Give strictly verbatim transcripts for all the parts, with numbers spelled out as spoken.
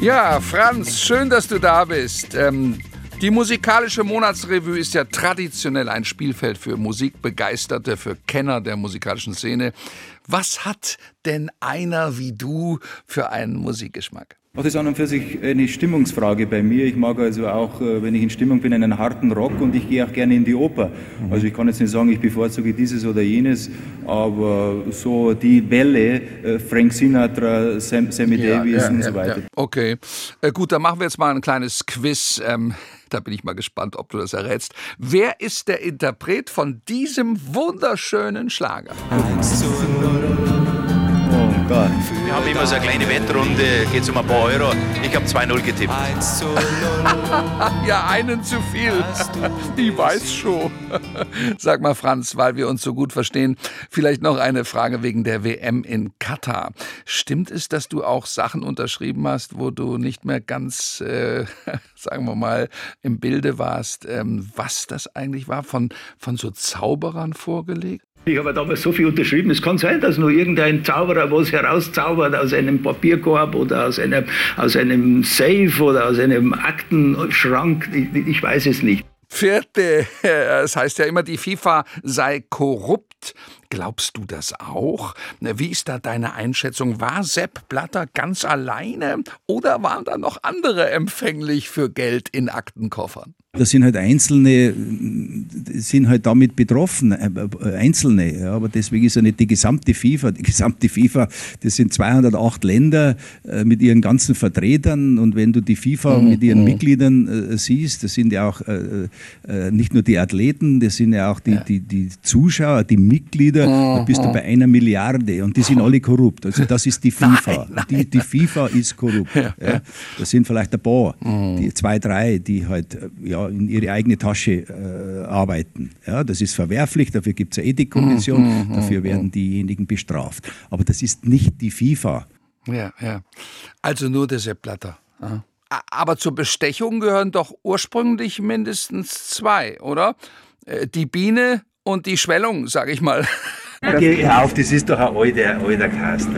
Ja, Franz, schön, dass du da bist. Ähm, die musikalische Monatsrevue ist ja traditionell ein Spielfeld für Musikbegeisterte, für Kenner der musikalischen Szene. Was hat denn einer wie du für einen Musikgeschmack? Das ist an und für sich eine Stimmungsfrage bei mir. Ich mag also auch, wenn ich in Stimmung bin, einen harten Rock, und ich gehe auch gerne in die Oper. Also ich kann jetzt nicht sagen, ich bevorzuge dieses oder jenes, aber so die Welle, Frank Sinatra, Sam, Sammy ja, Davis ja, und so weiter. Ja. Okay, äh, gut, dann machen wir jetzt mal ein kleines Quiz. Ähm, da bin ich mal gespannt, ob du das errätst. Wer ist der Interpret von diesem wunderschönen Schlager? eins zu null. Oh Gott. Wir haben immer so eine kleine Wettrunde, geht es um ein paar Euro. Ich habe zwei null getippt. eins zu null. Ja, einen zu viel. Ich weiß schon. Sag mal, Franz, weil wir uns so gut verstehen, vielleicht noch eine Frage wegen der W M in Katar. Stimmt es, dass du auch Sachen unterschrieben hast, wo du nicht mehr ganz, äh, sagen wir mal, im Bilde warst, ähm, was das eigentlich war, von, von so Zauberern vorgelegt? Ich habe damals so viel unterschrieben, es kann sein, dass nur irgendein Zauberer was herauszaubert aus einem Papierkorb oder aus einem, aus einem Safe oder aus einem Aktenschrank, ich, ich weiß es nicht. Vierte, es heißt ja immer, die FIFA sei korrupt. Glaubst du das auch? Wie ist da deine Einschätzung? War Sepp Blatter ganz alleine oder waren da noch andere empfänglich für Geld in Aktenkoffern? Das sind halt Einzelne, sind halt damit betroffen, Einzelne. Ja, aber deswegen ist ja nicht die gesamte FIFA. Die gesamte FIFA, das sind zweihundertacht Länder äh, mit ihren ganzen Vertretern. Und wenn du die FIFA mhm. mit ihren Mitgliedern äh, siehst, das sind ja auch äh, äh, nicht nur die Athleten, das sind ja auch die, ja. die, die Zuschauer, die Mitglieder. Mhm. Da bist du bei einer Milliarde und die sind alle korrupt. Also das ist die FIFA. Nein, nein. Die, die FIFA ist korrupt. Ja. Ja. Das sind vielleicht ein paar, mhm. die zwei, drei, die halt ja in ihre eigene Tasche äh, arbeiten. Ja, das ist verwerflich, dafür gibt es eine Ethikkommission, mm, mm, dafür werden diejenigen bestraft. Aber das ist nicht die FIFA. Ja, ja. Also nur der Sepp Blatter. Ja. Aber zur Bestechung gehören doch ursprünglich mindestens zwei, oder? Die Biene und die Schwellung, sag ich mal. Geh auf, das ist doch ein alter, alter Kasten.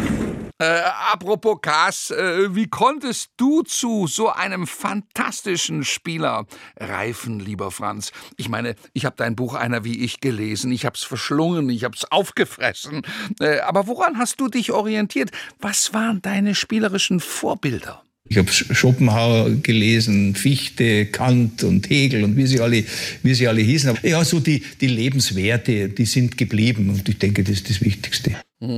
Äh, apropos Kas, äh, wie konntest du zu so einem fantastischen Spieler reifen, lieber Franz? Ich meine, ich habe dein Buch Einer wie ich gelesen, ich habe es verschlungen, ich habe es aufgefressen. Äh, aber woran hast du dich orientiert? Was waren deine spielerischen Vorbilder? Ich habe Schopenhauer gelesen, Fichte, Kant und Hegel und wie sie alle, wie sie alle hießen. Ja, so die, die Lebenswerte, die sind geblieben und ich denke, das ist das Wichtigste.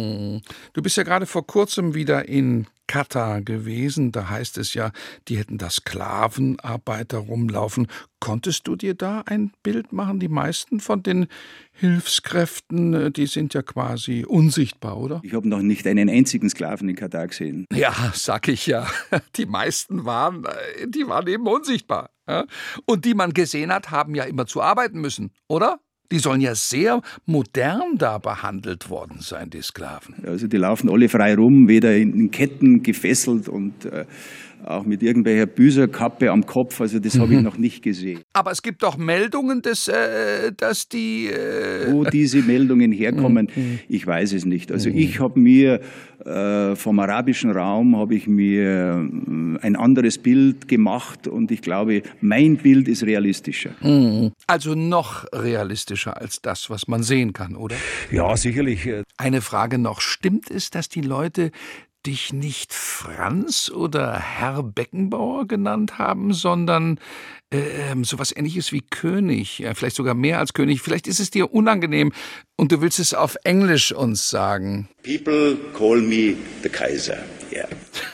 Du bist ja gerade vor kurzem wieder in Katar gewesen. Da heißt es ja, die hätten da Sklavenarbeiter rumlaufen. Konntest du dir da ein Bild machen? Die meisten von den Hilfskräften, die sind ja quasi unsichtbar, oder? Ich habe noch nicht einen einzigen Sklaven in Katar gesehen. Ja, sag ich ja. Die meisten waren, die waren eben unsichtbar. Und die man gesehen hat, haben ja immer zu arbeiten müssen, oder? Die sollen ja sehr modern da behandelt worden sein, die Sklaven. Also die laufen alle frei rum, weder in Ketten gefesselt und äh, auch mit irgendwelcher Büßerkappe am Kopf. Also das mhm. habe ich noch nicht gesehen. Aber es gibt doch Meldungen, dass, äh, dass die... Äh Wo diese Meldungen herkommen, mhm. ich weiß es nicht. Also mhm. ich habe mir äh, vom arabischen Raum habe ich mir ein anderes Bild gemacht und ich glaube, mein Bild ist realistischer. Mhm. Also noch realistischer als das, was man sehen kann, oder? Ja, sicherlich. Eine Frage noch. Stimmt es, dass die Leute dich nicht Franz oder Herr Beckenbauer genannt haben, sondern äh, sowas Ähnliches wie König, ja, vielleicht sogar mehr als König. Vielleicht ist es dir unangenehm und du willst es auf Englisch uns sagen. People call me the Kaiser, yeah.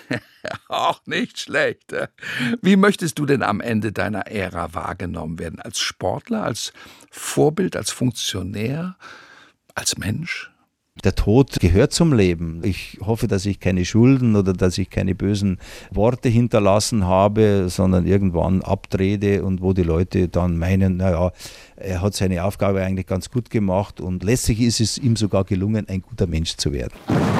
Auch nicht schlecht. Wie möchtest du denn am Ende deiner Ära wahrgenommen werden? Als Sportler, als Vorbild, als Funktionär, als Mensch? Der Tod gehört zum Leben. Ich hoffe, dass ich keine Schulden oder dass ich keine bösen Worte hinterlassen habe, sondern irgendwann abtrete und wo die Leute dann meinen, naja, er hat seine Aufgabe eigentlich ganz gut gemacht und letztlich ist es ihm sogar gelungen, ein guter Mensch zu werden.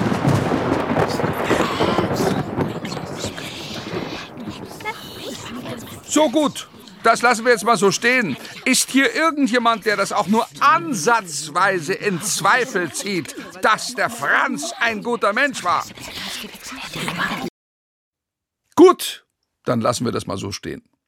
So gut. Das lassen wir jetzt mal so stehen. Ist hier irgendjemand, der das auch nur ansatzweise in Zweifel zieht, dass der Franz ein guter Mensch war? Gut. dann lassen wir das mal so stehen.